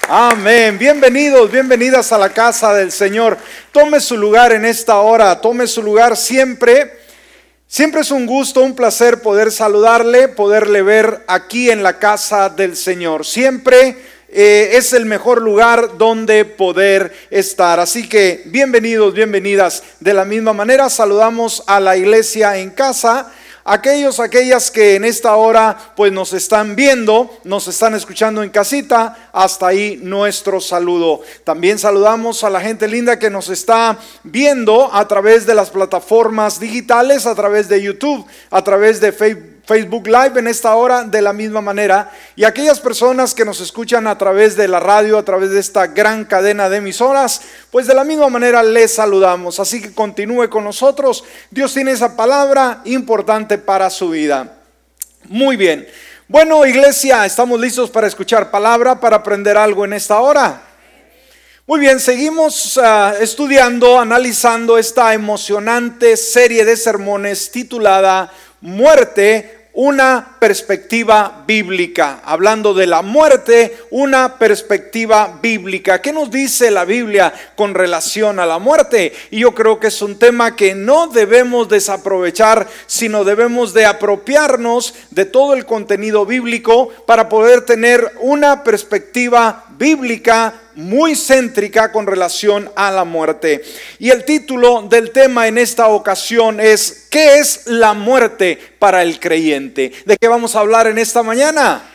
Amén. Bienvenidos, bienvenidas a la casa del Señor. Tome su lugar en esta hora, tome su lugar siempre. Siempre es un gusto, un placer poder saludarle, poderle ver aquí en la casa del Señor. Siempre es el mejor lugar donde poder estar. Así que bienvenidos, bienvenidas. De la misma manera saludamos a la iglesia en casa. Aquellas que en esta hora pues nos están viendo, nos están escuchando en casita, hasta ahí nuestro saludo. También saludamos a la gente linda que nos está viendo a través de las plataformas digitales, a través de YouTube, a través de Facebook Live en esta hora de la misma manera, y aquellas personas que nos escuchan a través de la radio, a través de esta gran cadena de emisoras, pues de la misma manera les saludamos. Así que continúe con nosotros. Dios tiene esa palabra importante para su vida. Muy bien. Bueno, iglesia, estamos listos para escuchar palabra, para aprender algo en esta hora. Muy bien, seguimos estudiando, analizando esta emocionante serie de sermones titulada Muerte, una perspectiva bíblica. Hablando de la muerte, una perspectiva bíblica. ¿Qué nos dice la Biblia con relación a la muerte? Y yo creo que es un tema que no debemos desaprovechar, sino debemos de apropiarnos de todo el contenido bíblico para poder tener una perspectiva bíblica muy céntrica con relación a la muerte. Y el título del tema en esta ocasión es ¿qué es la muerte para el creyente? ¿De qué vamos a hablar en esta mañana?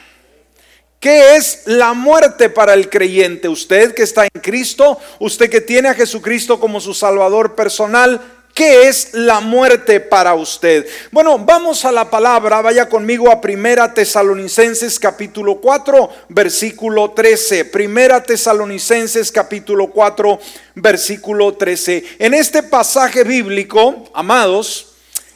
¿Qué es la muerte para el creyente? Usted que está en Cristo, usted que tiene a Jesucristo como su Salvador personal, ¿qué es la muerte para usted? Bueno, vamos a la palabra. Vaya conmigo a Primera Tesalonicenses capítulo 4, versículo 13. Primera Tesalonicenses capítulo 4, versículo 13. En este pasaje bíblico, amados,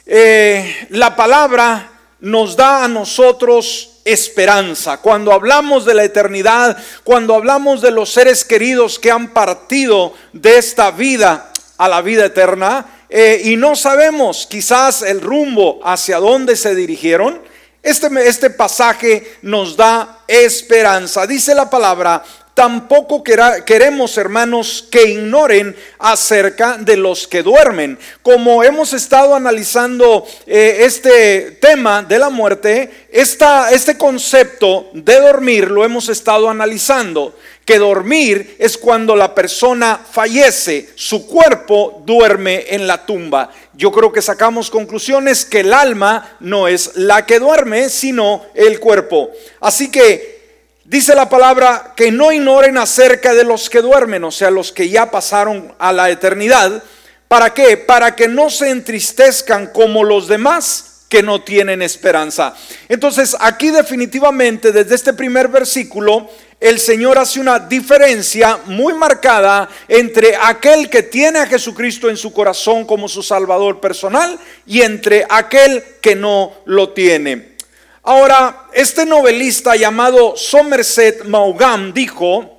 la palabra nos da a nosotros esperanza. Cuando hablamos de la eternidad, cuando hablamos de los seres queridos que han partido de esta vida a la vida eterna, y no sabemos quizás el rumbo hacia dónde se dirigieron, este pasaje nos da esperanza. Dice la palabra: tampoco queremos, hermanos, que ignoren acerca de los que duermen. Como hemos estado analizando este tema de la muerte, este concepto de dormir lo hemos estado analizando. Que dormir es cuando la persona fallece, su cuerpo duerme en la tumba. Yo creo que sacamos conclusiones que el alma no es la que duerme, sino el cuerpo. Así que dice la palabra que no ignoren acerca de los que duermen, o sea, los que ya pasaron a la eternidad. ¿Para qué? Para que no se entristezcan como los demás que no tienen esperanza. Entonces, aquí definitivamente, desde este primer versículo, el Señor hace una diferencia muy marcada entre aquel que tiene a Jesucristo en su corazón como su Salvador personal y entre aquel que no lo tiene. Ahora, este novelista llamado Somerset Maugham dijo: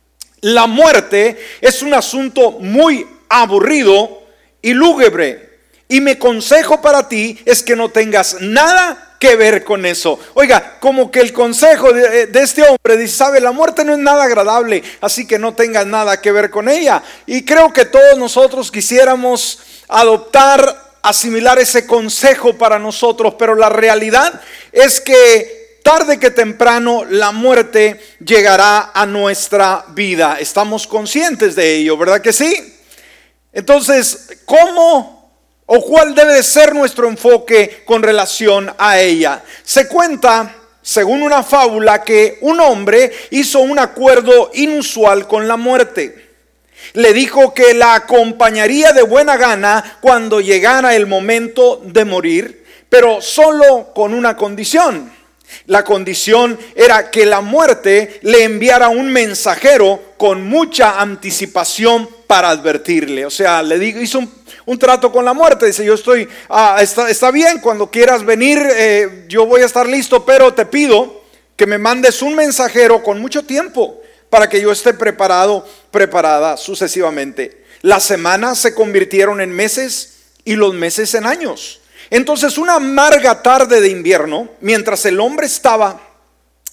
la muerte es un asunto muy aburrido y lúgubre, y mi consejo para ti es que no tengas nada que ver con eso. Oiga, como que el consejo de este hombre dice: sabe, la muerte no es nada agradable, así que no tengas nada que ver con ella. Y creo que todos nosotros quisiéramos adoptar, asimilar ese consejo para nosotros, pero la realidad es que tarde que temprano la muerte llegará a nuestra vida. Estamos conscientes de ello, ¿verdad que sí? Entonces, ¿cómo o cuál debe de ser nuestro enfoque con relación a ella? Se cuenta, según una fábula, que un hombre hizo un acuerdo inusual con la muerte. Le dijo que la acompañaría de buena gana cuando llegara el momento de morir, pero solo con una condición. La condición era que la muerte le enviara un mensajero con mucha anticipación para advertirle. O sea, le dijo, hizo un trato con la muerte. Dice: yo estoy, está bien, cuando quieras venir, yo voy a estar listo, pero te pido que me mandes un mensajero con mucho tiempo para que yo esté preparada sucesivamente. Las semanas se convirtieron en meses y los meses en años. Entonces, una amarga tarde de invierno, mientras el hombre estaba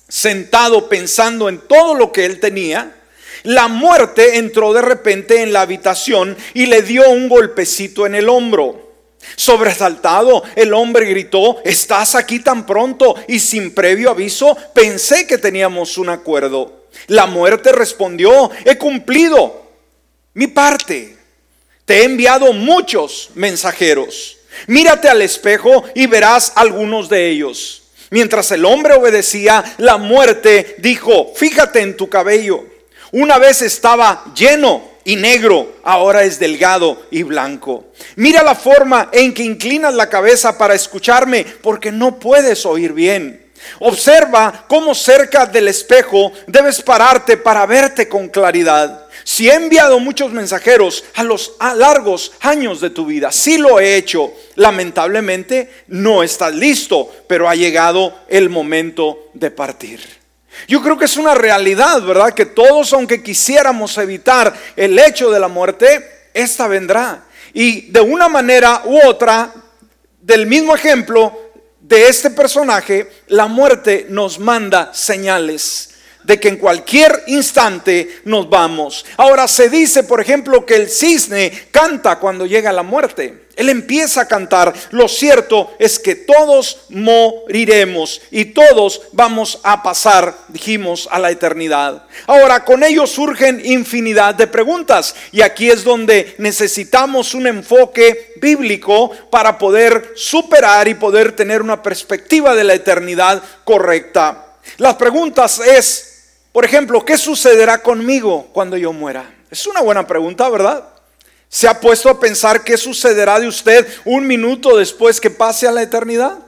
sentado pensando en todo lo que él tenía, la muerte entró de repente en la habitación y le dio un golpecito en el hombro. Sobresaltado, el hombre gritó: ¿estás aquí tan pronto y sin previo aviso? Pensé que teníamos un acuerdo. La muerte respondió: he cumplido mi parte. Te he enviado muchos mensajeros. Mírate al espejo y verás algunos de ellos. Mientras el hombre obedecía, la muerte dijo: fíjate en tu cabello. Una vez estaba lleno y negro, ahora es delgado y blanco. Mira la forma en que inclinas la cabeza para escucharme, porque no puedes oír bien. Observa cómo cerca del espejo debes pararte para verte con claridad. Si he enviado muchos mensajeros a los largos años de tu vida, sí lo he hecho. Lamentablemente no estás listo, pero ha llegado el momento de partir. Yo creo que es una realidad, ¿verdad? Que todos, aunque quisiéramos evitar el hecho de la muerte, esta vendrá. Y de una manera u otra, del mismo ejemplo de este personaje, la muerte nos manda señales de que en cualquier instante nos vamos. Ahora se dice, por ejemplo, que el cisne canta cuando llega la muerte. Él empieza a cantar. Lo cierto es que todos moriremos y todos vamos a pasar, dijimos, a la eternidad. Ahora, con ello surgen infinidad de preguntas, y aquí es donde necesitamos un enfoque bíblico para poder superar y poder tener una perspectiva de la eternidad correcta. Las preguntas es, por ejemplo, ¿qué sucederá conmigo cuando yo muera? Es una buena pregunta, ¿verdad? ¿Se ha puesto a pensar qué sucederá de usted un minuto después que pase a la eternidad?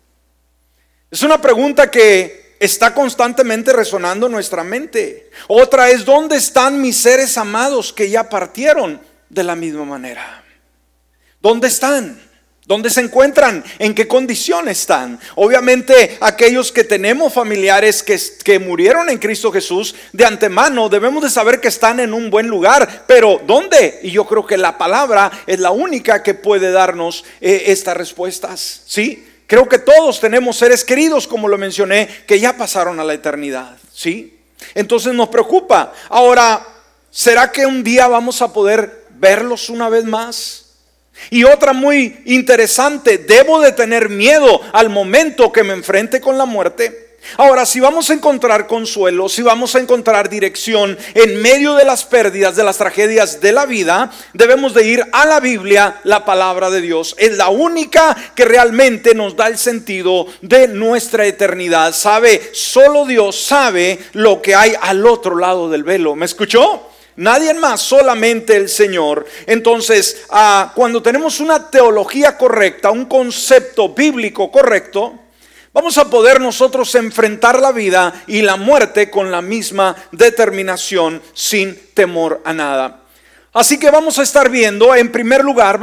Es una pregunta que está constantemente resonando en nuestra mente. Otra es: ¿dónde están mis seres amados que ya partieron de la misma manera? ¿Dónde están? ¿Dónde se encuentran? ¿En qué condición están? Obviamente aquellos que tenemos familiares que murieron en Cristo Jesús, de antemano debemos de saber que están en un buen lugar. Pero ¿dónde? Y yo creo que la palabra es la única que puede darnos estas respuestas. ¿Sí? Creo que todos tenemos seres queridos, como lo mencioné, que ya pasaron a la eternidad. ¿Sí? Entonces nos preocupa. Ahora, ¿será que un día vamos a poder verlos una vez más? Y otra muy interesante: ¿debo de tener miedo al momento que me enfrente con la muerte? Ahora, si vamos a encontrar consuelo, si vamos a encontrar dirección en medio de las pérdidas, de las tragedias de la vida, debemos de ir a la Biblia, la palabra de Dios. Es la única que realmente nos da el sentido de nuestra eternidad. Solo Dios sabe lo que hay al otro lado del velo. ¿Me escuchó? Nadie más, solamente el Señor. Entonces, cuando tenemos una teología correcta, un concepto bíblico correcto, vamos a poder nosotros enfrentar la vida y la muerte con la misma determinación, sin temor a nada. Así que vamos a estar viendo, en primer lugar,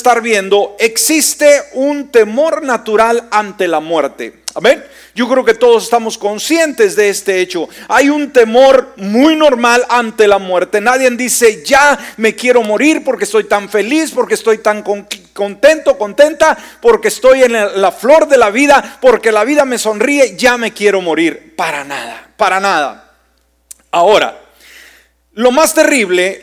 existe un temor natural ante la muerte. Amén. Yo creo que todos estamos conscientes de este hecho. Hay un temor muy normal ante la muerte. Nadie dice: ya me quiero morir porque estoy tan feliz, porque estoy tan contento, contenta, porque estoy en la flor de la vida, porque la vida me sonríe, ya me quiero morir. Para nada, para nada. Ahora, lo más terrible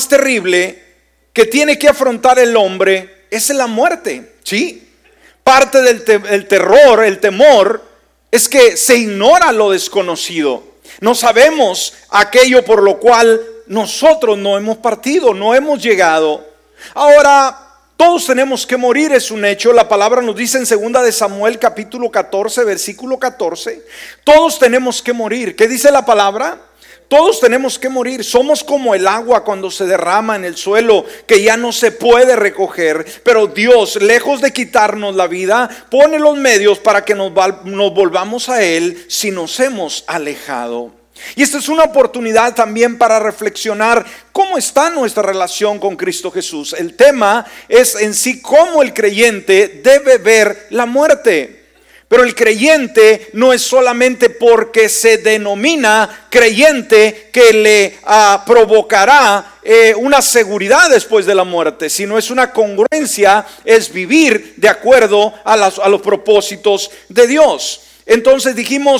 que tiene que afrontar el hombre es la muerte. ¿Sí? Parte del terror, el temor, es que se ignora lo desconocido. No sabemos aquello por lo cual nosotros no hemos partido, no hemos llegado. Ahora, todos tenemos que morir, es un hecho. La palabra nos dice en 2 de Samuel capítulo 14, versículo 14. Todos tenemos que morir. ¿Qué dice la palabra? Todos tenemos que morir. Somos como el agua cuando se derrama en el suelo, que ya no se puede recoger. Pero Dios, lejos de quitarnos la vida, pone los medios para que nos volvamos a Él si nos hemos alejado. Y esta es una oportunidad también para reflexionar cómo está nuestra relación con Cristo Jesús. El tema es en sí cómo el creyente debe ver la muerte. Pero el creyente no es solamente porque se denomina creyente que le provocará una seguridad después de la muerte, sino es una congruencia, es vivir de acuerdo a los propósitos de Dios. Entonces dijimos,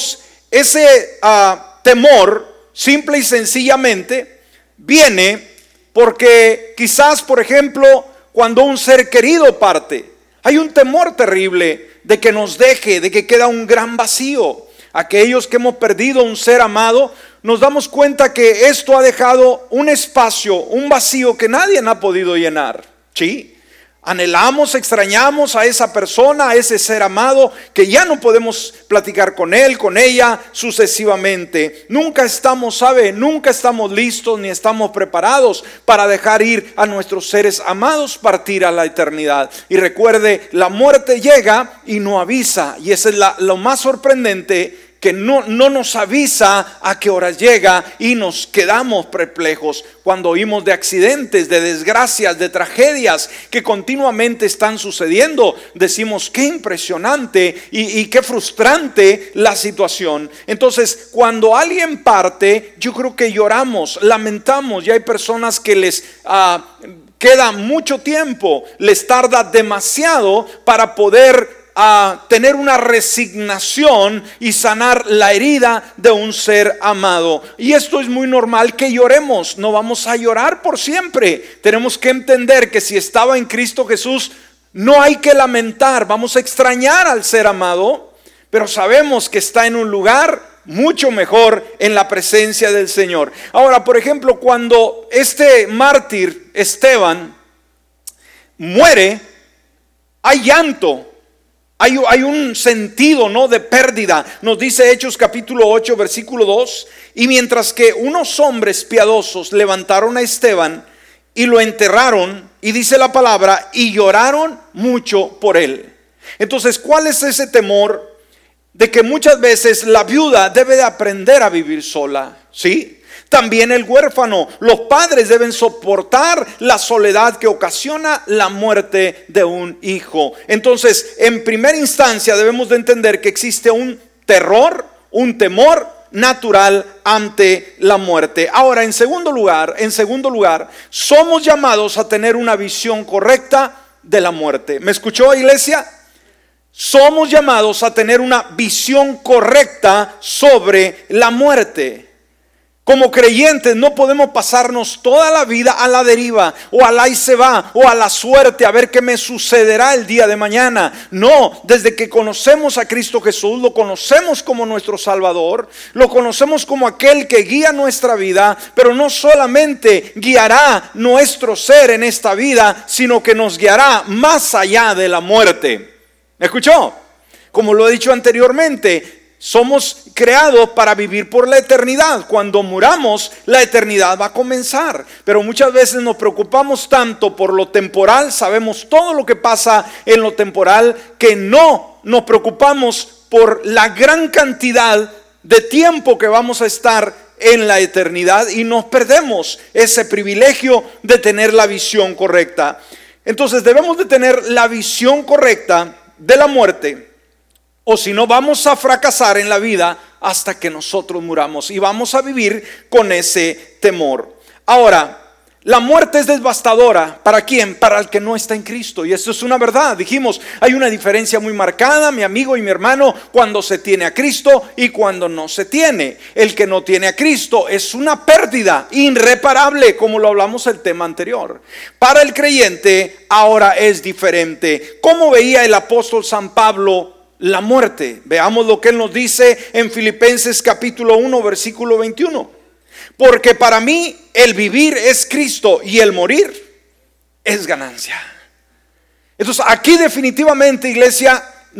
ese temor, simple y sencillamente, viene porque quizás, por ejemplo, cuando un ser querido parte, hay un temor terrible de que nos deje, de que queda un gran vacío. Aquellos que hemos perdido un ser amado, nos damos cuenta que esto ha dejado un espacio, un vacío que nadie ha podido llenar. ¿Sí? Anhelamos, extrañamos a esa persona, a ese ser amado, que ya no podemos platicar con él, con ella, sucesivamente. Nunca estamos, nunca estamos listos ni estamos preparados para dejar ir a nuestros seres amados, partir a la eternidad. Y recuerde, la muerte llega y no avisa, y eso es lo más sorprendente, que no nos avisa a qué horas llega, y nos quedamos perplejos cuando oímos de accidentes, de desgracias, de tragedias que continuamente están sucediendo. Decimos qué impresionante y qué frustrante la situación. Entonces, cuando alguien parte, yo creo que lloramos, lamentamos, y hay personas que les queda mucho tiempo, les tarda demasiado para poder tener una resignación y sanar la herida de un ser amado. Y esto es muy normal que lloremos. No vamos a llorar por siempre. Tenemos que entender que si estaba en Cristo Jesús, no hay que lamentar. Vamos a extrañar al ser amado, pero sabemos que está en un lugar mucho mejor, en la presencia del Señor. Ahora, por ejemplo, cuando este mártir Esteban muere, hay llanto. Hay un sentido, ¿no?, de pérdida. Nos dice Hechos capítulo 8 versículo 2: y mientras que unos hombres piadosos levantaron a Esteban y lo enterraron, y dice la palabra, y lloraron mucho por él. Entonces, ¿cuál es ese temor? De que muchas veces la viuda debe de aprender a vivir sola, ¿sí? También el huérfano, los padres deben soportar la soledad que ocasiona la muerte de un hijo. Entonces, en primera instancia debemos de entender que existe un terror, un temor natural ante la muerte. Ahora, en segundo lugar, somos llamados a tener una visión correcta de la muerte. ¿Me escuchó, iglesia? Somos llamados a tener una visión correcta sobre la muerte. Como creyentes no podemos pasarnos toda la vida a la deriva, o al ahí se va, o a la suerte, a ver qué me sucederá el día de mañana. No, desde que conocemos a Cristo Jesús, lo conocemos como nuestro Salvador, lo conocemos como aquel que guía nuestra vida, pero no solamente guiará nuestro ser en esta vida, sino que nos guiará más allá de la muerte. ¿Me escuchó? Como lo he dicho anteriormente, somos creados para vivir por la eternidad. Cuando muramos, la eternidad va a comenzar. Pero muchas veces nos preocupamos tanto por lo temporal, sabemos todo lo que pasa en lo temporal, que no nos preocupamos por la gran cantidad de tiempo que vamos a estar en la eternidad, y nos perdemos ese privilegio de tener la visión correcta. Entonces debemos de tener la visión correcta de la muerte, o si no vamos a fracasar en la vida hasta que nosotros muramos, y vamos a vivir con ese temor. Ahora, la muerte es devastadora. ¿Para quién? Para el que no está en Cristo. Y esto es una verdad. Dijimos, hay una diferencia muy marcada, mi amigo y mi hermano, cuando se tiene a Cristo y cuando no se tiene. El que no tiene a Cristo es una pérdida irreparable, como lo hablamos el tema anterior. Para el creyente ahora es diferente. ¿Cómo veía el apóstol San Pablo la muerte? Veamos lo que él nos dice en Filipenses capítulo 1 versículo 21. Porque para mí el vivir es Cristo y el morir es ganancia. Entonces aquí definitivamente, iglesia,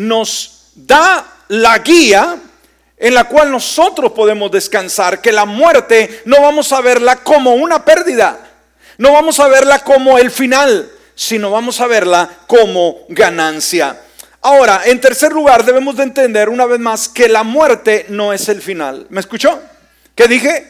nos da la guía en la cual nosotros podemos descansar, que la muerte no vamos a verla como una pérdida, no vamos a verla como el final, sino vamos a verla como ganancia. Ahora, en tercer lugar, debemos de entender una vez más que la muerte no es el final. ¿Me escuchó? ¿Qué dije?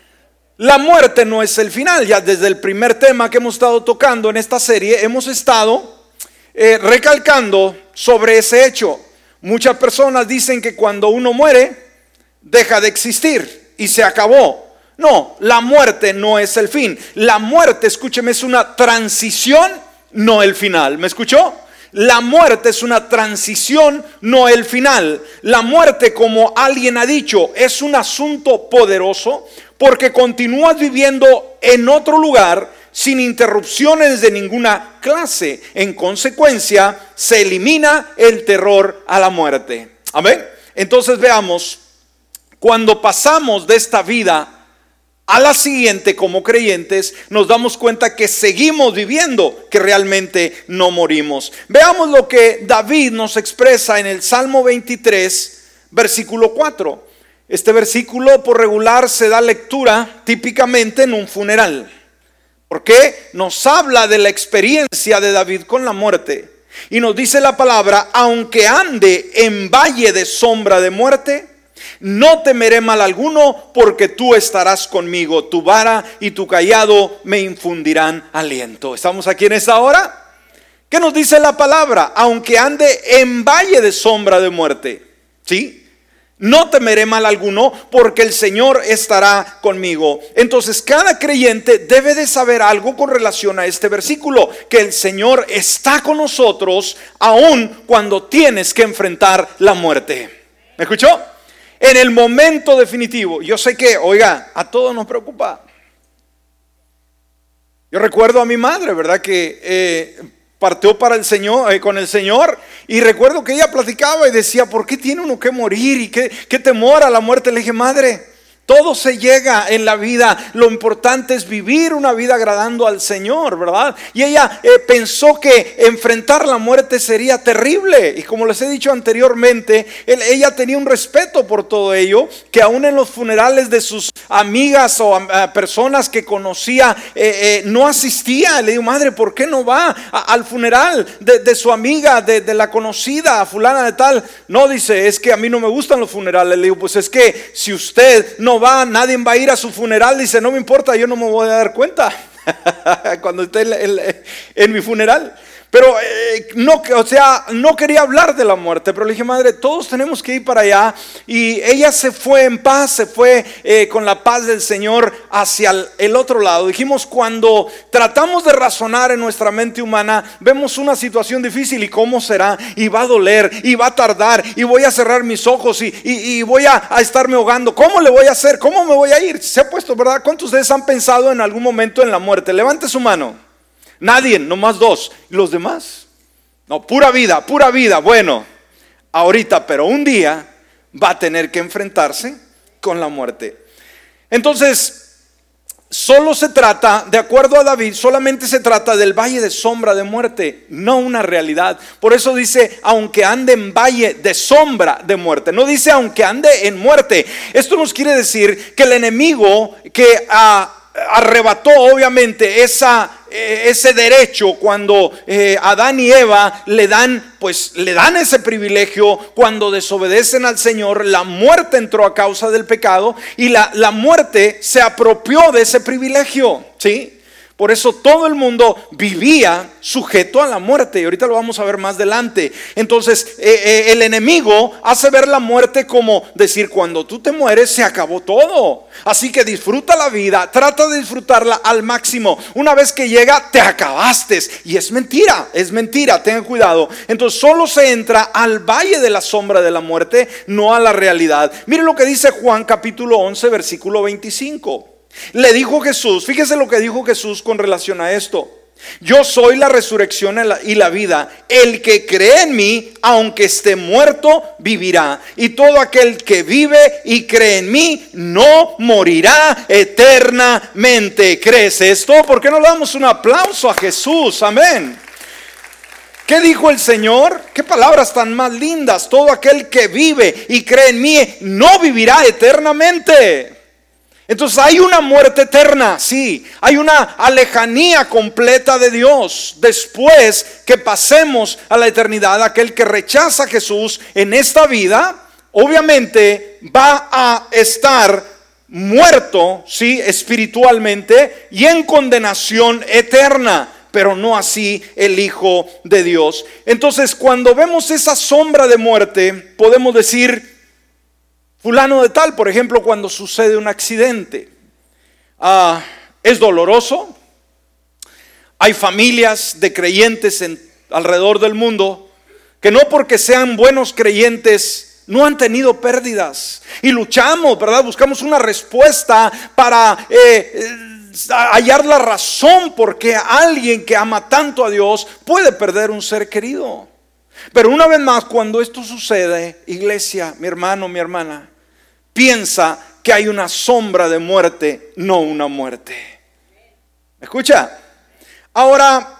La muerte no es el final. Ya desde el primer tema que hemos estado tocando en esta serie, hemos estado recalcando sobre ese hecho. Muchas personas dicen que cuando uno muere, deja de existir y se acabó. No, la muerte no es el fin. La muerte, escúcheme, es una transición, no el final. ¿Me escuchó? La muerte es una transición, no el final. La muerte, como alguien ha dicho, es un asunto poderoso porque continúas viviendo en otro lugar sin interrupciones de ninguna clase. En consecuencia, se elimina el terror a la muerte. Amén. Entonces veamos, cuando pasamos de esta vida a la siguiente como creyentes, nos damos cuenta que seguimos viviendo, que realmente no morimos. Veamos lo que David nos expresa en el Salmo 23, versículo 4. Este versículo por regular se da lectura típicamente en un funeral, porque nos habla de la experiencia de David con la muerte. Y nos dice la palabra: aunque ande en valle de sombra de muerte, no temeré mal alguno, porque tú estarás conmigo. Tu vara y tu cayado me infundirán aliento. ¿Estamos aquí en esta hora? ¿Qué nos dice la palabra? Aunque ande en valle de sombra de muerte, ¿sí? No temeré mal alguno, porque el Señor estará conmigo. Entonces cada creyente debe de saber algo con relación a este versículo: que el Señor está con nosotros aun cuando tienes que enfrentar la muerte. ¿Me escuchó? En el momento definitivo. Yo sé que, oiga, a todos nos preocupa. Yo recuerdo a mi madre, ¿verdad? Que partió para el Señor, con el Señor. Y recuerdo que ella platicaba y decía: ¿por qué tiene uno que morir? ¿Y qué temor a la muerte? Le dije: madre, todo se llega en la vida. Lo importante es vivir una vida agradando al Señor, ¿verdad? Y ella pensó que enfrentar la muerte sería terrible. Y como les he dicho anteriormente, ella tenía un respeto por todo ello, que aún en los funerales de sus amigas o personas que conocía, no asistía. Le digo: madre, ¿por qué no va al funeral de su amiga, de la conocida, fulana de tal? No, dice: es que a mí no me gustan los funerales. Le digo: pues es que si usted no va, nadie va a ir a su funeral. Dice: no me importa, yo no me voy a dar cuenta cuando esté en mi funeral. Pero no quería hablar de la muerte. Pero le dije: madre, todos tenemos que ir para allá. Y ella se fue en paz, se fue con la paz del Señor hacia el otro lado. Dijimos, cuando tratamos de razonar en nuestra mente humana, vemos una situación difícil. ¿Y cómo será? Y va a doler, y va a tardar, y voy a cerrar mis ojos, y voy a estarme ahogando. ¿Cómo le voy a hacer? ¿Cómo me voy a ir? Se ha puesto, ¿verdad? ¿Cuántos de ustedes han pensado en algún momento en la muerte? Levante su mano. Nadie, nomás dos. ¿Y los demás? No, pura vida. Bueno, ahorita, pero un día va a tener que enfrentarse con la muerte. Entonces, solo se trata, de acuerdo a David, solamente se trata del valle de sombra de muerte, no una realidad. Por eso dice: aunque ande en valle de sombra de muerte. No dice aunque ande en muerte. Esto nos quiere decir que el enemigo que arrebató obviamente ese derecho cuando Adán y Eva le dan ese privilegio. Cuando desobedecen al Señor, la muerte entró a causa del pecado, y la muerte se apropió de ese privilegio, ¿sí? Por eso todo el mundo vivía sujeto a la muerte, y ahorita lo vamos a ver más adelante. Entonces el enemigo hace ver la muerte como decir: cuando tú te mueres se acabó todo, así que disfruta la vida, trata de disfrutarla al máximo. Una vez que llega, te acabaste. Y es mentira, tengan cuidado. Entonces solo se entra al valle de la sombra de la muerte, no a la realidad. Miren lo que dice Juan capítulo 11 versículo 25. Le dijo Jesús, fíjese lo que dijo Jesús con relación a esto: yo soy la resurrección y la vida. El que cree en mí, aunque esté muerto, vivirá. Y todo aquel que vive y cree en mí no morirá eternamente. ¿Crees esto? ¿Por qué no le damos un aplauso a Jesús? Amén. ¿Qué dijo el Señor? ¿Qué palabras tan más lindas? Todo aquel que vive y cree en mí no vivirá eternamente. Entonces hay una muerte eterna, sí, hay una alejanía completa de Dios después que pasemos a la eternidad. Aquel que rechaza a Jesús en esta vida, obviamente va a estar muerto, sí, espiritualmente, y en condenación eterna. Pero no así el Hijo de Dios. Entonces, cuando vemos esa sombra de muerte, podemos decir: fulano de tal, por ejemplo, cuando sucede un accidente, es doloroso. Hay familias de creyentes alrededor del mundo que no porque sean buenos creyentes no han tenido pérdidas. Y luchamos, ¿verdad? Buscamos una respuesta para hallar la razón por qué alguien que ama tanto a Dios puede perder un ser querido. Pero una vez más, cuando esto sucede, iglesia, mi hermano, mi hermana, piensa que hay una sombra de muerte, no una muerte. ¿Me escucha? Ahora,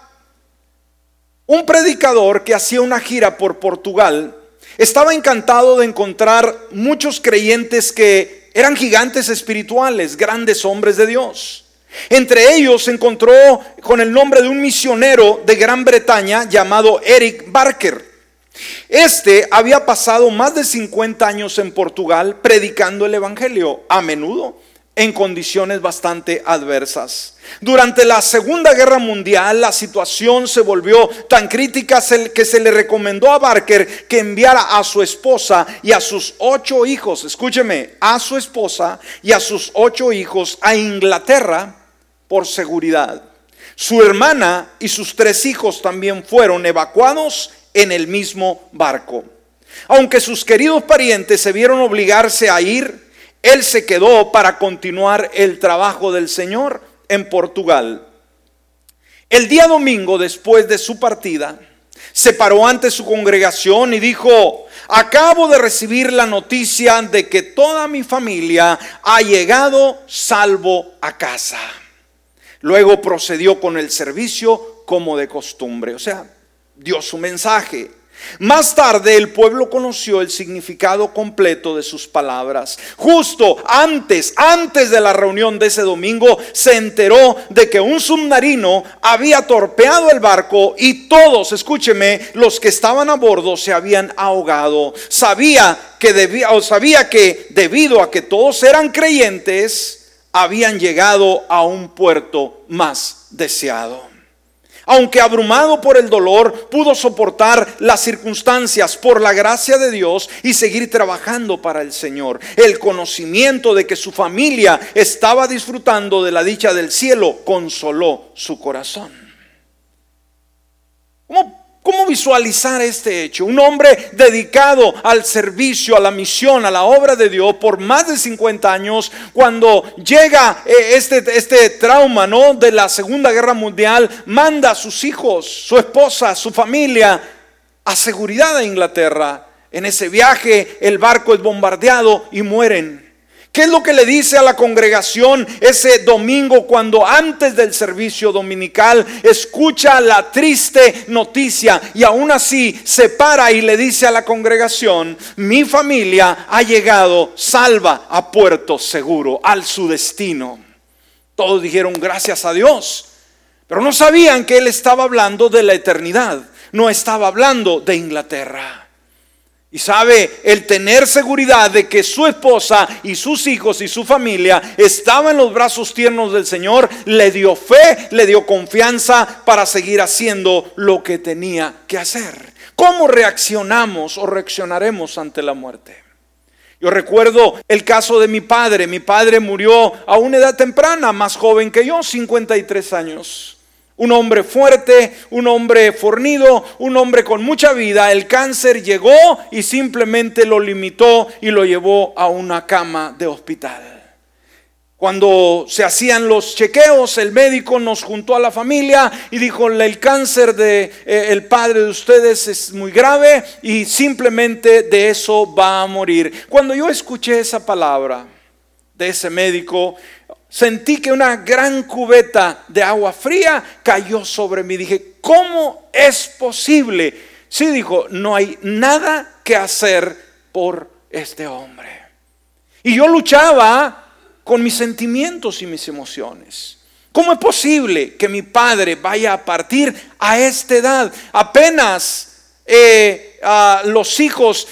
un predicador que hacía una gira por Portugal estaba encantado de encontrar muchos creyentes que eran gigantes espirituales, grandes hombres de Dios. Entre ellos se encontró con el nombre de un misionero de Gran Bretaña llamado Eric Barker. Este había pasado más de 50 años en Portugal predicando el evangelio, a menudo en condiciones bastante adversas. Durante la Segunda Guerra Mundial la situación se volvió tan crítica que se le recomendó a Barker que enviara a su esposa y a sus 8 hijos, escúcheme, a su esposa y a sus 8 hijos a Inglaterra por seguridad. Su hermana y sus 3 hijos también fueron evacuados en el mismo barco. Aunque sus queridos parientes se vieron obligarse a ir, él se quedó para continuar el trabajo del Señor en Portugal. El día domingo, después de su partida, se paró ante su congregación y dijo: acabo de recibir la noticia de que toda mi familia ha llegado salvo a casa. Luego procedió con el servicio como de costumbre, o sea, dio su mensaje. Más tarde el pueblo conoció el significado completo de sus palabras. Justo antes de la reunión de ese domingo, se enteró de que un submarino había torpeado el barco y todos, escúcheme, los que estaban a bordo se habían ahogado. Sabía que debido a que todos eran creyentes, habían llegado a un puerto más deseado. Aunque abrumado por el dolor, pudo soportar las circunstancias por la gracia de Dios y seguir trabajando para el Señor. El conocimiento de que su familia estaba disfrutando de la dicha del cielo consoló su corazón. ¿Cómo visualizar este hecho? Un hombre dedicado al servicio, a la misión, a la obra de Dios por más de 50 años, cuando llega este trauma, ¿no?, de la Segunda Guerra Mundial, manda a sus hijos, su esposa, su familia a seguridad a Inglaterra. En ese viaje el barco es bombardeado y mueren. ¿Qué es lo que le dice a la congregación ese domingo cuando antes del servicio dominical escucha la triste noticia y aún así se para y le dice a la congregación: mi familia ha llegado salva a puerto seguro, al su destino? Todos dijeron gracias a Dios, pero no sabían que él estaba hablando de la eternidad, no estaba hablando de Inglaterra. Y sabe, el tener seguridad de que su esposa y sus hijos y su familia estaban en los brazos tiernos del Señor, le dio fe, le dio confianza para seguir haciendo lo que tenía que hacer. ¿Cómo reaccionamos o reaccionaremos ante la muerte? Yo recuerdo el caso de mi padre. Mi padre murió a una edad temprana, más joven que yo, 53 años. Un hombre fuerte, un hombre fornido, un hombre con mucha vida. El cáncer llegó y simplemente lo limitó y lo llevó a una cama de hospital. Cuando se hacían los chequeos, el médico nos juntó a la familia y dijo: el cáncer de el padre de ustedes es muy grave y simplemente de eso va a morir. Cuando yo escuché esa palabra de ese médico, sentí que una gran cubeta de agua fría cayó sobre mí. Dije: ¿cómo es posible? Sí, dijo, no hay nada que hacer por este hombre. Y yo luchaba con mis sentimientos y mis emociones. ¿Cómo es posible que mi padre vaya a partir a esta edad? Apenas los hijos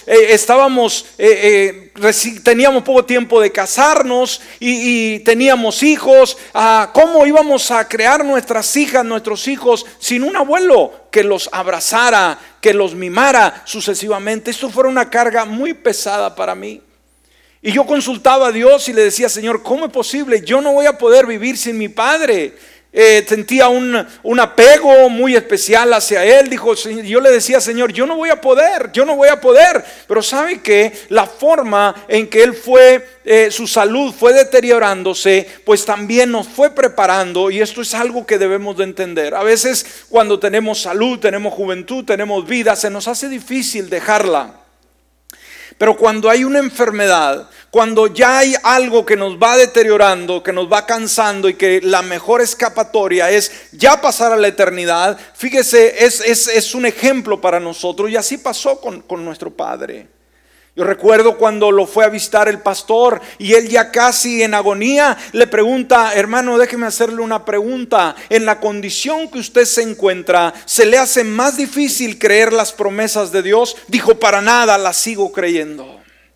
teníamos poco tiempo de casarnos y teníamos hijos. ¿Cómo íbamos a crear nuestras hijas, nuestros hijos sin un abuelo que los abrazara, que los mimara sucesivamente? Esto fue una carga muy pesada para mí. Y yo consultaba a Dios y le decía: Señor, ¿cómo es posible? Yo no voy a poder vivir sin mi padre. sentía un apego muy especial hacia él. Dijo, yo le decía, Señor, yo no voy a poder. Pero sabe que la forma en que él su salud fue deteriorándose, pues también nos fue preparando, y esto es algo que debemos de entender. A veces cuando tenemos salud, tenemos juventud, tenemos vida, se nos hace difícil dejarla. Pero cuando hay una enfermedad, cuando ya hay algo que nos va deteriorando, que nos va cansando, y que la mejor escapatoria es ya pasar a la eternidad, fíjese, es un ejemplo para nosotros, y así pasó con nuestro padre. Yo recuerdo cuando lo fue a visitar el pastor, y él ya casi en agonía le pregunta: hermano, déjeme hacerle una pregunta. En la condición que usted se encuentra, ¿se le hace más difícil creer las promesas de Dios? Dijo: para nada, las sigo creyendo.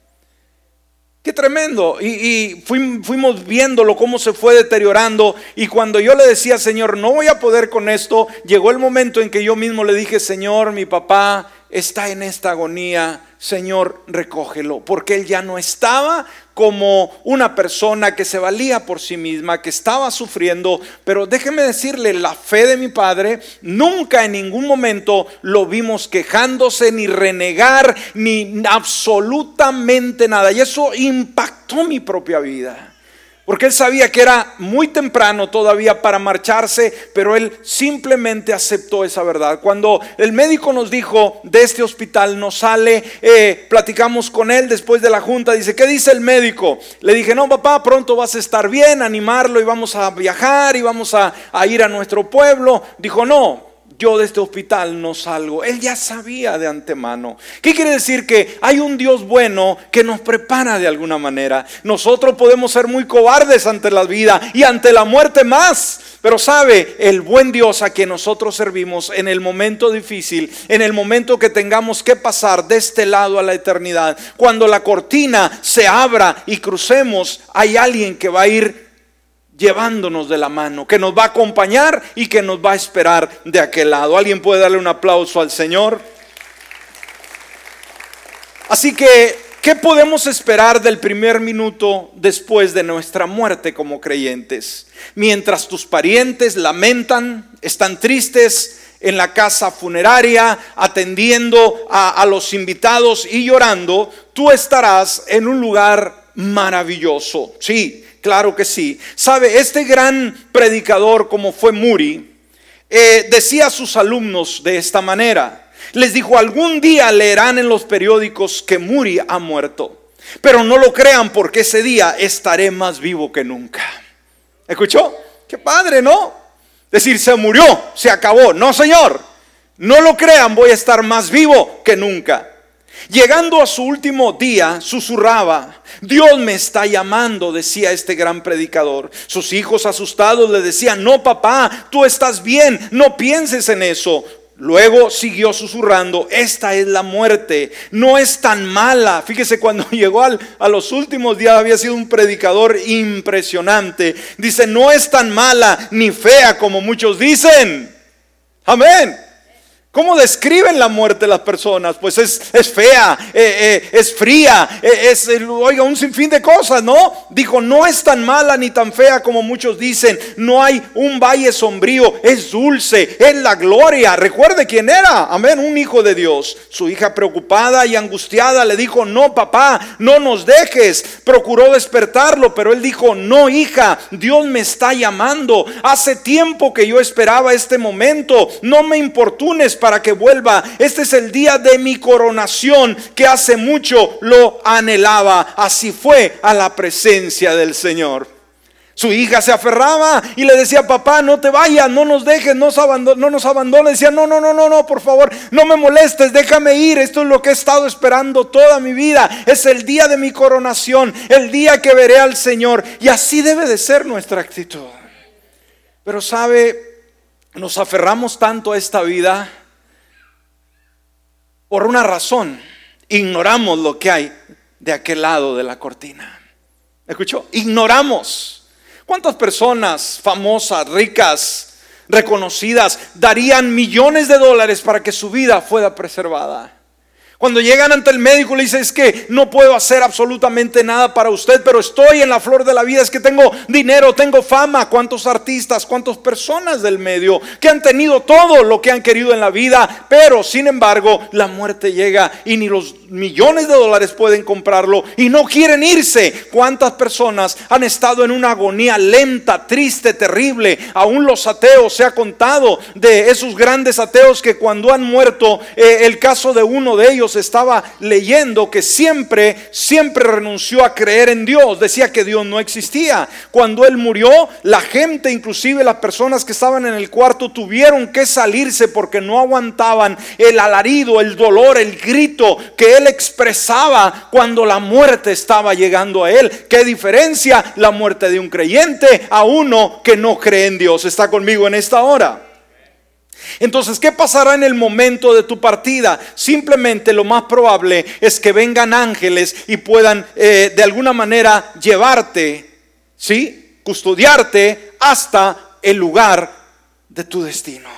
Qué tremendo. Y fuimos viéndolo cómo se fue deteriorando. Y cuando yo le decía: Señor, no voy a poder con esto, llegó el momento en que yo mismo le dije: Señor, mi papá está en esta agonía, Señor, recógelo. Porque él ya no estaba como una persona que se valía por sí misma, que estaba sufriendo. Pero déjeme decirle, la fe de mi padre, nunca en ningún momento lo vimos quejándose, ni renegar, ni absolutamente nada. Y eso impactó mi propia vida. Porque él sabía que era muy temprano todavía para marcharse, pero él simplemente aceptó esa verdad. Cuando el médico nos dijo: de este hospital no sale, platicamos con él después de la junta. Dice: ¿qué dice el médico? Le dije: no, papá, pronto vas a estar bien, animarlo, y vamos a viajar, y vamos a ir a nuestro pueblo. Dijo: no, yo de este hospital no salgo. Él ya sabía de antemano. ¿Qué quiere decir? Que hay un Dios bueno que nos prepara de alguna manera. Nosotros podemos ser muy cobardes ante la vida y ante la muerte más, pero sabe, el buen Dios a quien nosotros servimos, en el momento difícil, en el momento que tengamos que pasar de este lado a la eternidad, cuando la cortina se abra y crucemos, hay alguien que va a ir llevándonos de la mano, que nos va a acompañar y que nos va a esperar de aquel lado. ¿Alguien puede darle un aplauso al Señor? Así que, ¿qué podemos esperar del primer minuto después de nuestra muerte como creyentes? Mientras tus parientes lamentan, están tristes en la casa funeraria, atendiendo a los invitados y llorando, tú estarás en un lugar maravilloso. Sí, claro que sí. Sabe, este gran predicador, como fue Moody, decía a sus alumnos de esta manera. Les dijo: algún día leerán en los periódicos que Moody ha muerto, pero no lo crean, porque ese día estaré más vivo que nunca. ¿Escuchó? Qué padre, ¿no? Decir, se murió, se acabó. No, señor, no lo crean, voy a estar más vivo que nunca. Llegando a su último día, susurraba: Dios me está llamando, decía este gran predicador. Sus hijos, asustados, le decían: no, papá, tú estás bien, no pienses en eso. Luego siguió susurrando: esta es la muerte, no es tan mala. Fíjese, cuando llegó a los últimos días, había sido un predicador impresionante. Dice: no es tan mala ni fea como muchos dicen. Amén. ¿Cómo describen la muerte las personas? Pues es fea, es fría, oiga, un sinfín de cosas, ¿no? Dijo: no es tan mala ni tan fea como muchos dicen. No hay un valle sombrío, es dulce, es la gloria. Recuerde quién era, amén, un hijo de Dios. Su hija, preocupada y angustiada, le dijo: no, papá, no nos dejes. Procuró despertarlo, pero él dijo: no, hija, Dios me está llamando. Hace tiempo que yo esperaba este momento. No me importunes para que vuelva. Este es el día de mi coronación, que hace mucho lo anhelaba. Así fue a la presencia del Señor. Su hija se aferraba y le decía: papá, no te vayas, no nos dejes, no nos abandones. Decía: no, por favor, no me molestes, déjame ir. Esto es lo que he estado esperando toda mi vida. Es el día de mi coronación, el día que veré al Señor. Y así debe de ser nuestra actitud. Pero sabe, nos aferramos tanto a esta vida por una razón: ignoramos lo que hay de aquel lado de la cortina. ¿Escuchó? Ignoramos. ¿Cuántas personas famosas, ricas, reconocidas darían millones de dólares para que su vida fuera preservada? Cuando llegan ante el médico le dicen: es que no puedo hacer absolutamente nada para usted, pero estoy en la flor de la vida, es que tengo dinero, tengo fama. ¿Cuántos artistas, cuántas personas del medio que han tenido todo lo que han querido en la vida, pero sin embargo la muerte llega y ni los millones de dólares pueden comprarlo y no quieren irse? ¿Cuántas personas han estado en una agonía lenta, triste, terrible? Aún los ateos, se ha contado de esos grandes ateos que cuando han muerto, el caso de uno de ellos, estaba leyendo que siempre renunció a creer en Dios. Decía que Dios no existía. Cuando él murió, la gente, inclusive las personas que estaban en el cuarto, tuvieron que salirse porque no aguantaban el alarido, el dolor, el grito que él expresaba cuando la muerte estaba llegando a él. ¿Qué diferencia la muerte de un creyente a uno que no cree en Dios? ¿Está conmigo en esta hora? Entonces, ¿qué pasará en el momento de tu partida? Simplemente lo más probable es que vengan ángeles y puedan de alguna manera llevarte, ¿sí?, custodiarte hasta el lugar de tu destino.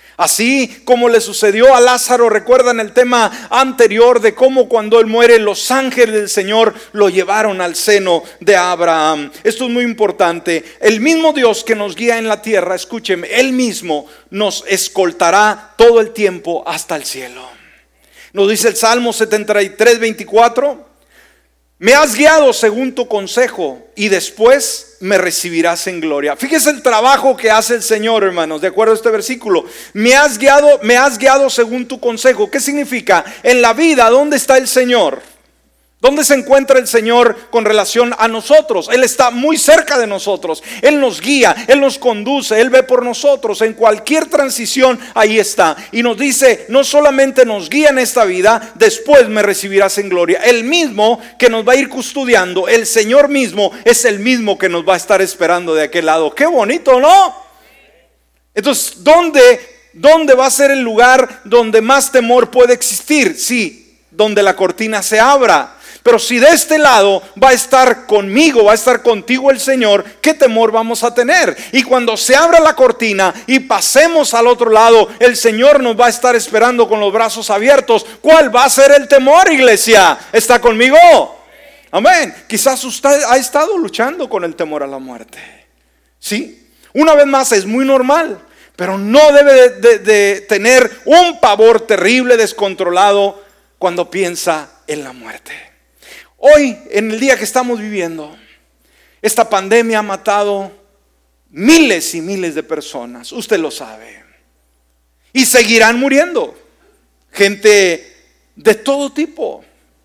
Así como le sucedió a Lázaro. Recuerdan el tema anterior de cómo cuando él muere, los ángeles del Señor lo llevaron al seno de Abraham. Esto es muy importante. El mismo Dios que nos guía en la tierra, escúcheme, Él mismo nos escoltará todo el tiempo hasta el cielo. Nos dice el Salmo 73, 24: me has guiado según tu consejo y después me recibirás en gloria. Fíjese el trabajo que hace el Señor, hermanos, de acuerdo a este versículo. Me has guiado según tu consejo. ¿Qué significa? En la vida, ¿dónde está el Señor? ¿Dónde se encuentra el Señor con relación a nosotros? Él está muy cerca de nosotros. Él nos guía, Él nos conduce, Él ve por nosotros. En cualquier transición, ahí está. Y nos dice, no solamente nos guía en esta vida, después me recibirás en gloria. El mismo que nos va a ir custodiando, el Señor mismo, es el mismo que nos va a estar esperando de aquel lado. ¡Qué bonito!, ¿no? Entonces, ¿dónde va a ser el lugar donde más temor puede existir? Sí, donde la cortina se abra. Pero si de este lado va a estar conmigo, va a estar contigo el Señor, ¿qué temor vamos a tener? Y cuando se abra la cortina y pasemos al otro lado, el Señor nos va a estar esperando con los brazos abiertos. ¿Cuál va a ser el temor, iglesia? ¿Está conmigo? Amén. Quizás usted ha estado luchando con el temor a la muerte. Sí, una vez más, es muy normal, pero no debe de tener un pavor terrible, descontrolado, cuando piensa en la muerte. Hoy, en el día que estamos viviendo, esta pandemia ha matado miles y miles de personas, usted lo sabe, y seguirán muriendo gente de todo tipo.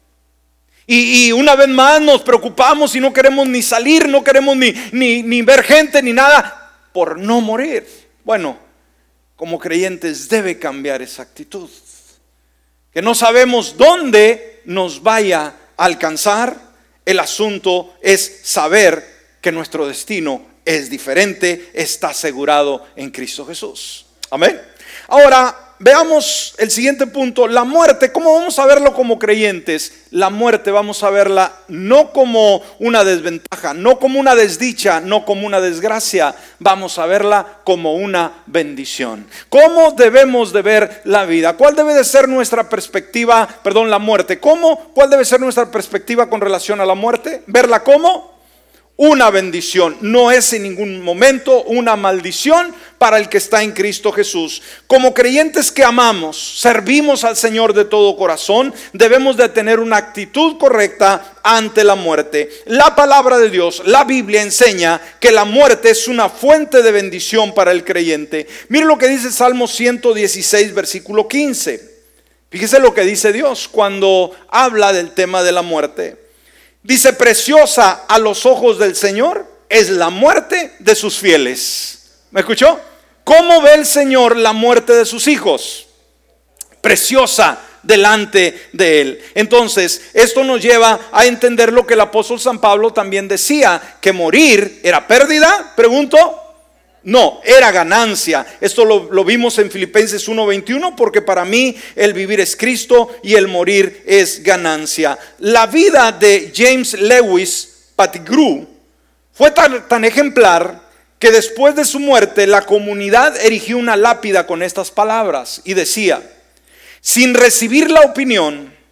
Y una vez más nos preocupamos y no queremos ni salir, no queremos ni ver gente ni nada por no morir. Bueno, como creyentes debe cambiar esa actitud, que no sabemos dónde nos vaya alcanzar. El asunto es saber que nuestro destino es diferente, está asegurado en Cristo Jesús. Amén. Ahora veamos el siguiente punto, la muerte. ¿Cómo vamos a verlo como creyentes? La muerte vamos a verla no como una desventaja, no como una desdicha, no como una desgracia. Vamos a verla como una bendición. ¿Cómo debemos de ver la vida? ¿Cuál debe de ser nuestra perspectiva? La muerte. ¿Cuál debe ser nuestra perspectiva con relación a la muerte? ¿Verla como una bendición? No es en ningún momento una maldición para el que está en Cristo Jesús. Como creyentes que amamos, servimos al Señor de todo corazón, debemos de tener una actitud correcta ante la muerte. La palabra de Dios, la Biblia, enseña que la muerte es una fuente de bendición para el creyente. Mire lo que dice Salmo 116, versículo 15. Fíjese lo que dice Dios cuando habla del tema de la muerte. Dice: preciosa a los ojos del Señor es la muerte de sus fieles. ¿Me escuchó? ¿Cómo ve el Señor la muerte de sus hijos? Preciosa delante de Él. Entonces, esto nos lleva a entender lo que el apóstol San Pablo también decía, que morir era pérdida. Pregunto. No, era ganancia. Esto lo vimos en Filipenses 1:21, porque para mí el vivir es Cristo y el morir es ganancia. La vida de James Lewis Pettigrew fue tan ejemplar que después de su muerte la comunidad erigió una lápida con estas palabras y decía: sin recibir la opinión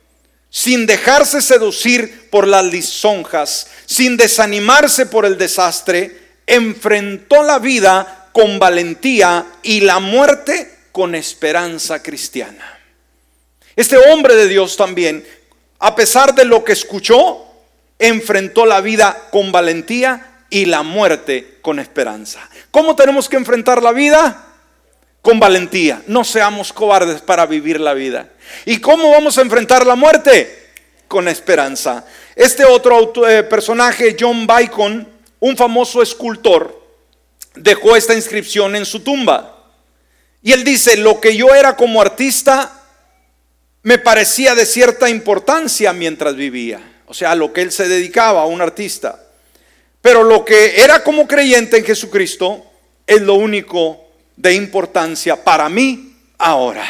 sin dejarse seducir por las lisonjas, sin desanimarse por el desastre, enfrentó la vida con valentía y la muerte con esperanza cristiana. Este hombre de Dios también, a pesar de lo que escuchó, enfrentó la vida con valentía y la muerte con esperanza. ¿Cómo tenemos que enfrentar la vida? Con valentía. No seamos cobardes para vivir la vida. ¿Y cómo vamos a enfrentar la muerte? Con esperanza. Este otro personaje, John Bacon, un famoso escultor, dejó esta inscripción en su tumba. Y él dice: lo que yo era como artista me parecía de cierta importancia mientras vivía. O sea, lo que él se dedicaba, a un artista. Pero lo que era como creyente en Jesucristo es lo único de importancia para mí ahora.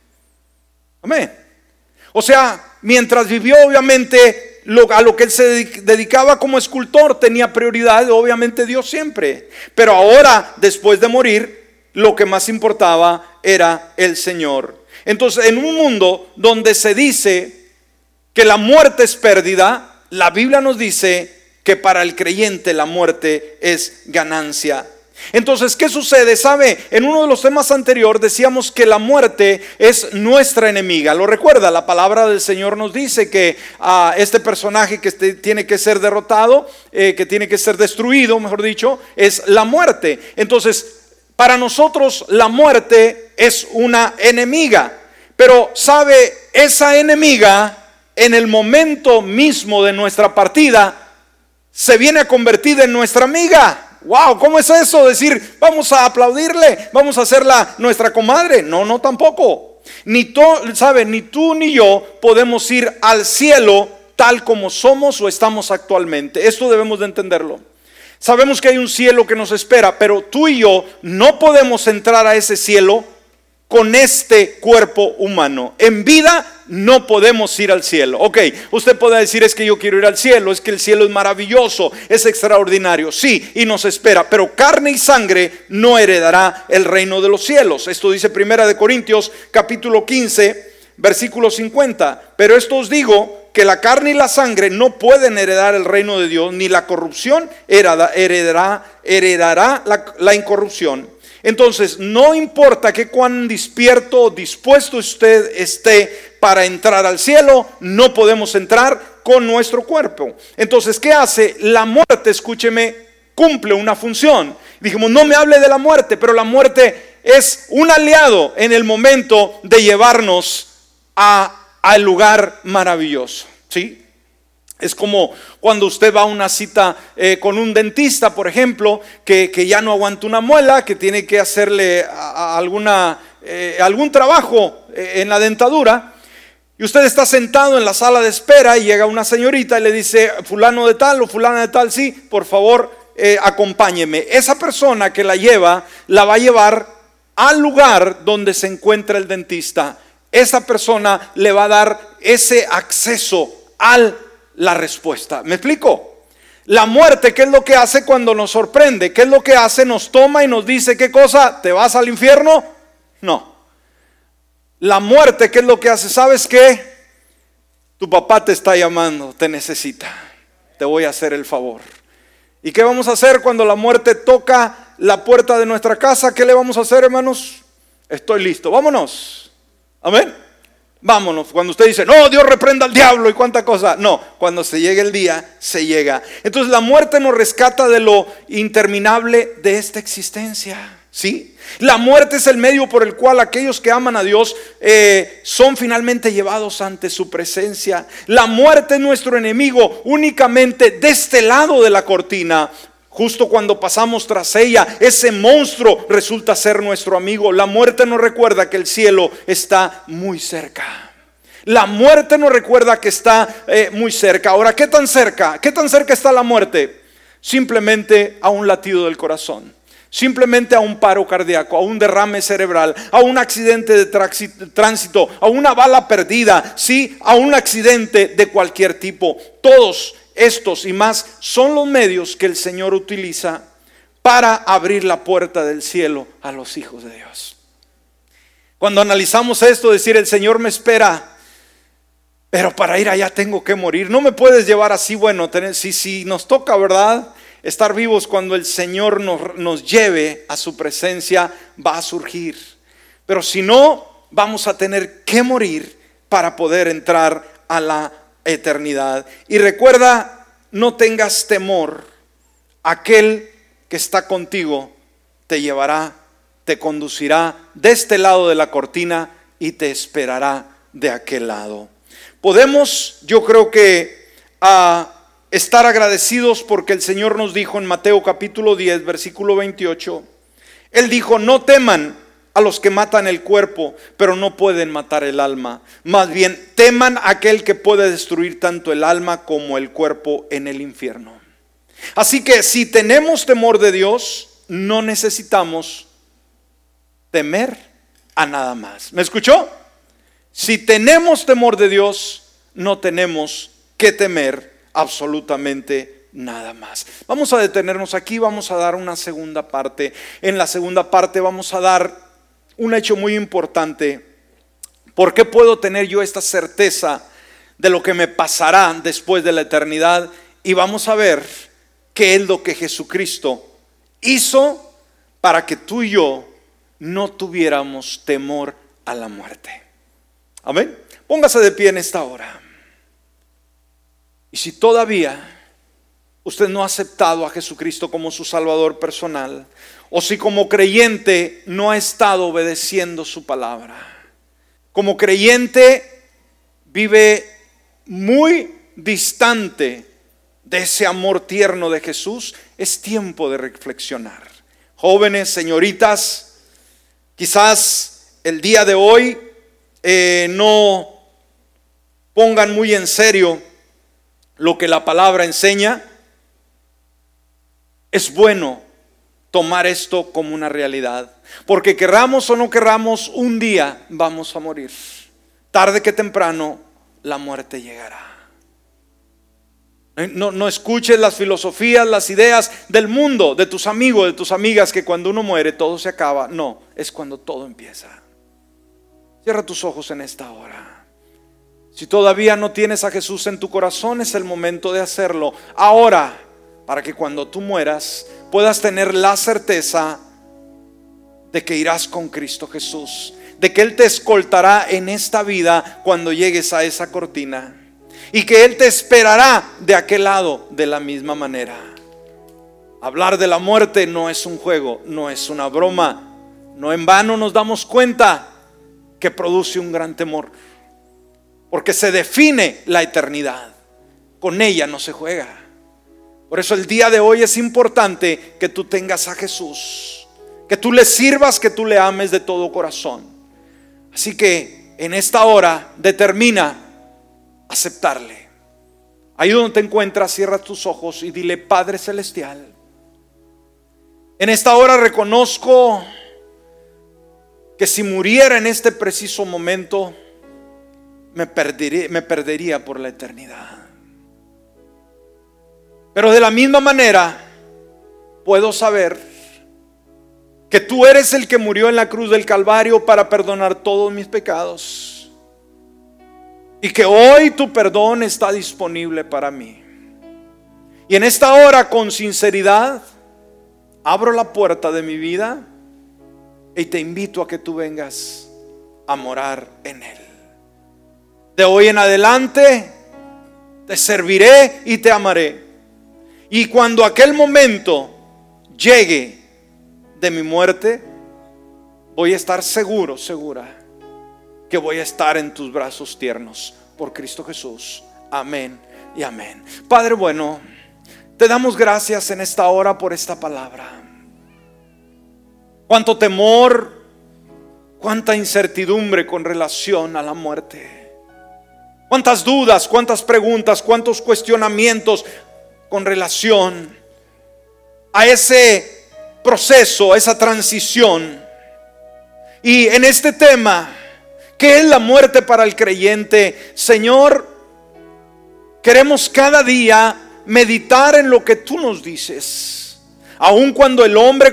Amén. O sea, mientras vivió, obviamente, a lo que él se dedicaba como escultor tenía prioridad, obviamente, Dios siempre. Pero ahora, después de morir, lo que más importaba era el Señor. Entonces, en un mundo donde se dice que la muerte es pérdida, la Biblia nos dice que para el creyente la muerte es ganancia. Entonces, ¿qué sucede? ¿Sabe? En uno de los temas anteriores decíamos que la muerte es nuestra enemiga. ¿Lo recuerda? La palabra del Señor nos dice que este personaje que tiene que ser derrotado, que tiene que ser destruido, mejor dicho, es la muerte. Entonces, para nosotros la muerte es una enemiga. Pero, ¿sabe? Esa enemiga, en el momento mismo de nuestra partida, se viene a convertir en nuestra amiga. Wow, ¿cómo es eso? Decir, vamos a aplaudirle, vamos a hacerla nuestra comadre. No, tampoco. Ni tú ni yo podemos ir al cielo tal como somos o estamos actualmente. Esto debemos de entenderlo. Sabemos que hay un cielo que nos espera, pero tú y yo no podemos entrar a ese cielo con este cuerpo humano. En vida no podemos ir al cielo. Ok, usted puede decir: es que yo quiero ir al cielo, es que el cielo es maravilloso, es extraordinario. Sí, y nos espera, pero carne y sangre no heredará el reino de los cielos. Esto dice 1 Corintios capítulo 15, versículo 50. Pero esto os digo, que la carne y la sangre no pueden heredar el reino de Dios, ni la corrupción heredará la incorrupción. Entonces, no importa que cuán despierto o dispuesto usted esté para entrar al cielo, no podemos entrar con nuestro cuerpo. Entonces, ¿qué hace? La muerte, escúcheme, cumple una función. Dijimos, no me hable de la muerte, pero la muerte es un aliado en el momento de llevarnos al lugar maravilloso, ¿sí? Es como cuando usted va a una cita con un dentista, por ejemplo, que ya no aguanta una muela, que tiene que hacerle algún trabajo en la dentadura. Y usted está sentado en la sala de espera y llega una señorita y le dice: fulano de tal o fulana de tal, sí, por favor, acompáñeme. Esa persona que la lleva, la va a llevar al lugar donde se encuentra el dentista. Esa persona le va a dar ese acceso a la respuesta. ¿Me explico? La muerte, ¿qué es lo que hace cuando nos sorprende? ¿Qué es lo que hace? Nos toma y nos dice: ¿qué cosa? ¿Te vas al infierno? No. La muerte, ¿qué es lo que hace? ¿Sabes qué? Tu papá te está llamando, te necesita. Te voy a hacer el favor. ¿Y qué vamos a hacer cuando la muerte toca la puerta de nuestra casa? ¿Qué le vamos a hacer, hermanos? Estoy listo, vámonos. Amén. Vámonos. Cuando usted dice: no, Dios reprenda al diablo y cuánta cosa. No, cuando se llegue el día, se llega. Entonces la muerte nos rescata de lo interminable de esta existencia. ¿Sí? La muerte es el medio por el cual aquellos que aman a Dios son finalmente llevados ante su presencia. La muerte es nuestro enemigo únicamente de este lado de la cortina. Justo cuando pasamos tras ella, ese monstruo resulta ser nuestro amigo. La muerte nos recuerda que el cielo está muy cerca. La muerte nos recuerda que está muy cerca. Ahora, ¿qué tan cerca? ¿Qué tan cerca está la muerte? Simplemente a un latido del corazón. Simplemente a un paro cardíaco, a un derrame cerebral, a un accidente de tránsito, a una bala perdida, sí, a un accidente de cualquier tipo. Todos estos y más son los medios que el Señor utiliza para abrir la puerta del cielo a los hijos de Dios. Cuando analizamos esto, decir: el Señor me espera pero para ir allá tengo que morir. No me puedes llevar así. Bueno, si nos toca, ¿verdad?, estar vivos cuando el Señor nos lleve a su presencia, va a surgir. Pero si no, vamos a tener que morir para poder entrar a la eternidad. Y recuerda, no tengas temor. Aquel que está contigo te llevará, te conducirá de este lado de la cortina y te esperará de aquel lado. Podemos, yo creo que estar agradecidos porque el Señor nos dijo en Mateo capítulo 10, versículo 28, Él dijo: no teman a los que matan el cuerpo, pero no pueden matar el alma. Más bien, teman a aquel que puede destruir tanto el alma como el cuerpo en el infierno. Así que si tenemos temor de Dios, no necesitamos temer a nada más. ¿Me escuchó? Si tenemos temor de Dios, no tenemos que temer absolutamente nada más. Vamos a detenernos aquí, vamos a dar una segunda parte. En la segunda parte vamos a dar un hecho muy importante. ¿Por qué puedo tener yo esta certeza de lo que me pasará después de la eternidad? Y vamos a ver qué es lo que Jesucristo hizo para que tú y yo no tuviéramos temor a la muerte. Amén. Póngase de pie en esta hora. Y si todavía usted no ha aceptado a Jesucristo como su Salvador personal, o si como creyente no ha estado obedeciendo su palabra, como creyente vive muy distante de ese amor tierno de Jesús, es tiempo de reflexionar. Jóvenes, señoritas, quizás el día de hoy no pongan muy en serio lo que la palabra enseña. Es bueno tomar esto como una realidad, porque querramos o no querramos, un día vamos a morir. Tarde que temprano la muerte llegará. No escuches las filosofías, las ideas del mundo, de tus amigos, de tus amigas, que cuando uno muere todo se acaba. No, es cuando todo empieza. Cierra tus ojos en esta hora. Si todavía no tienes a Jesús en tu corazón, es el momento de hacerlo ahora, para que cuando tú mueras puedas tener la certeza de que irás con Cristo Jesús, de que Él te escoltará en esta vida cuando llegues a esa cortina, y que Él te esperará de aquel lado de la misma manera. Hablar de la muerte no es un juego, no es una broma. No en vano nos damos cuenta que produce un gran temor, porque se define la eternidad. Con ella no se juega. Por eso el día de hoy es importante que tú tengas a Jesús, que tú le sirvas, que tú le ames de todo corazón. Así que en esta hora determina aceptarle. Ahí donde te encuentras, cierra tus ojos y dile: Padre Celestial, en esta hora reconozco que si muriera en este preciso momento, me perdería por la eternidad. Pero de la misma manera puedo saber que tú eres el que murió en la cruz del Calvario para perdonar todos mis pecados, y que hoy tu perdón está disponible para mí. Y en esta hora, con sinceridad, abro la puerta de mi vida y te invito a que tú vengas a morar en Él. De hoy en adelante te serviré y te amaré. Y cuando aquel momento llegue de mi muerte, voy a estar segura que voy a estar en tus brazos tiernos, por Cristo Jesús. Amén y amén. Padre bueno, te damos gracias en esta hora por esta palabra. Cuánto temor, cuánta incertidumbre con relación a la muerte. Cuántas dudas, cuántas preguntas, cuántos cuestionamientos con relación a ese proceso, a esa transición. Y en este tema, ¿qué es la muerte para el creyente? Señor, queremos cada día meditar en lo que tú nos dices. Aun cuando el hombre,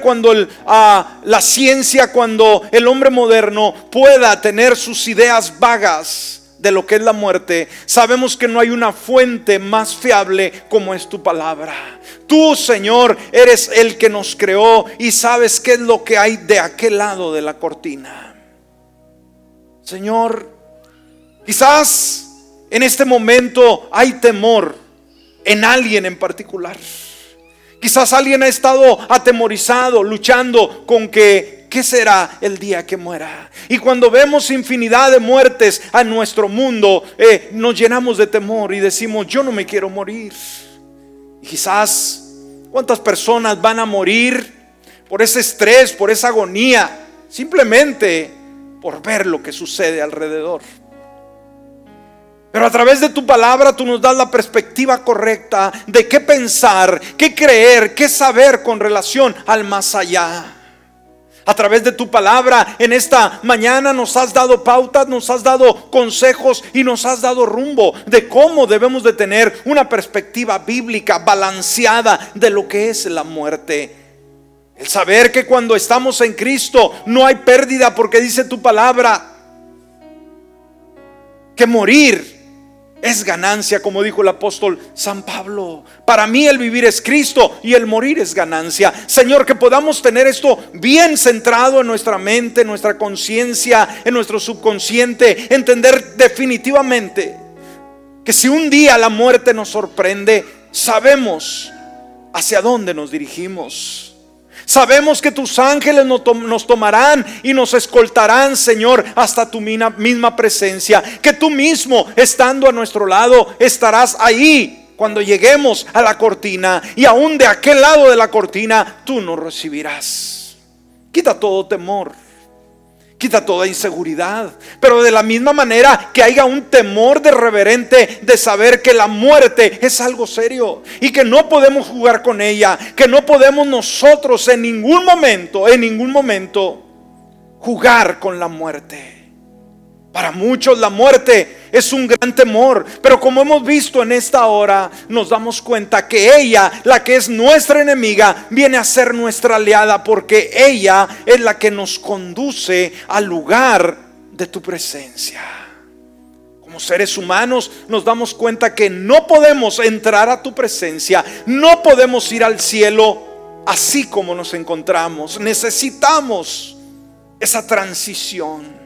la ciencia, cuando el hombre moderno pueda tener sus ideas vagas de lo que es la muerte, sabemos que no hay una fuente más fiable como es tu palabra. Tú, Señor, eres el que nos creó y sabes qué es lo que hay de aquel lado de la cortina. Señor, quizás en este momento hay temor en alguien en particular. Quizás alguien ha estado atemorizado, luchando con ¿qué será el día que muera? Y cuando vemos infinidad de muertes a nuestro mundo, nos llenamos de temor y decimos, yo no me quiero morir. Y quizás, ¿cuántas personas van a morir por ese estrés, por esa agonía, simplemente por ver lo que sucede alrededor? Pero a través de tu palabra tú nos das la perspectiva correcta de qué pensar, qué creer, qué saber con relación al más allá. A través de tu palabra en esta mañana nos has dado pautas, nos has dado consejos y nos has dado rumbo de cómo debemos de tener una perspectiva bíblica balanceada de lo que es la muerte. El saber que cuando estamos en Cristo no hay pérdida, porque dice tu palabra que morir es ganancia, como dijo el apóstol San Pablo. Para mí el vivir es Cristo y el morir es ganancia. Señor, que podamos tener esto bien centrado en nuestra mente, en nuestra conciencia, en nuestro subconsciente. Entender definitivamente que si un día la muerte nos sorprende, sabemos hacia dónde nos dirigimos. Sabemos que tus ángeles nos tomarán y nos escoltarán, Señor, hasta tu misma presencia. Que tú mismo, estando a nuestro lado, estarás ahí cuando lleguemos a la cortina. Y aún de aquel lado de la cortina, tú nos recibirás. Quita todo temor, quita toda inseguridad, pero de la misma manera que haya un temor de reverente de saber que la muerte es algo serio y que no podemos jugar con ella, que no podemos nosotros en ningún momento jugar con la muerte. Para muchos la muerte es un gran temor, pero como hemos visto en esta hora, nos damos cuenta que ella, la que es nuestra enemiga, viene a ser nuestra aliada, porque ella es la que nos conduce al lugar de tu presencia. Como seres humanos nos damos cuenta que no podemos entrar a tu presencia, no podemos ir al cielo así como nos encontramos. Necesitamos esa transición.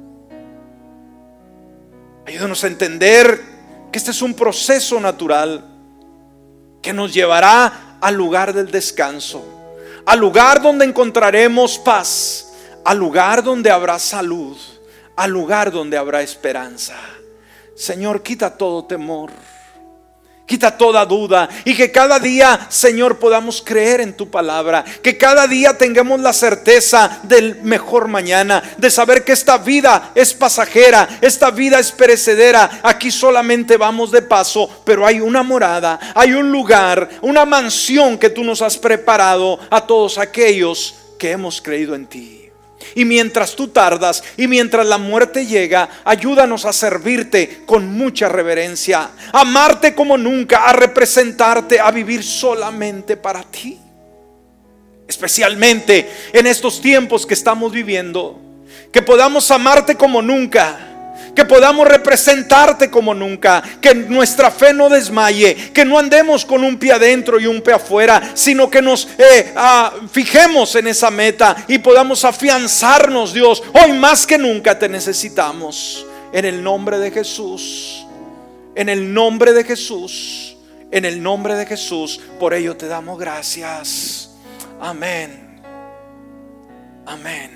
Ayúdanos a entender que este es un proceso natural que nos llevará al lugar del descanso, al lugar donde encontraremos paz, al lugar donde habrá salud, al lugar donde habrá esperanza. Señor, quita todo temor, quita toda duda, y que cada día, Señor, podamos creer en tu palabra. Que cada día tengamos la certeza del mejor mañana, de saber que esta vida es pasajera, esta vida es perecedera. Aquí solamente vamos de paso, pero hay una morada, hay un lugar, una mansión que tú nos has preparado a todos aquellos que hemos creído en ti. Y mientras tú tardas y mientras la muerte llega, ayúdanos a servirte con mucha reverencia, a amarte como nunca, a representarte, a vivir solamente para ti. Especialmente en estos tiempos que estamos viviendo, que podamos amarte como nunca, que podamos representarte como nunca, que nuestra fe no desmaye, que no andemos con un pie adentro y un pie afuera, sino que nos fijemos en esa meta y podamos afianzarnos, Dios. Hoy más que nunca te necesitamos. En el nombre de Jesús, en el nombre de Jesús, en el nombre de Jesús. Por ello te damos gracias. Amén. Amén.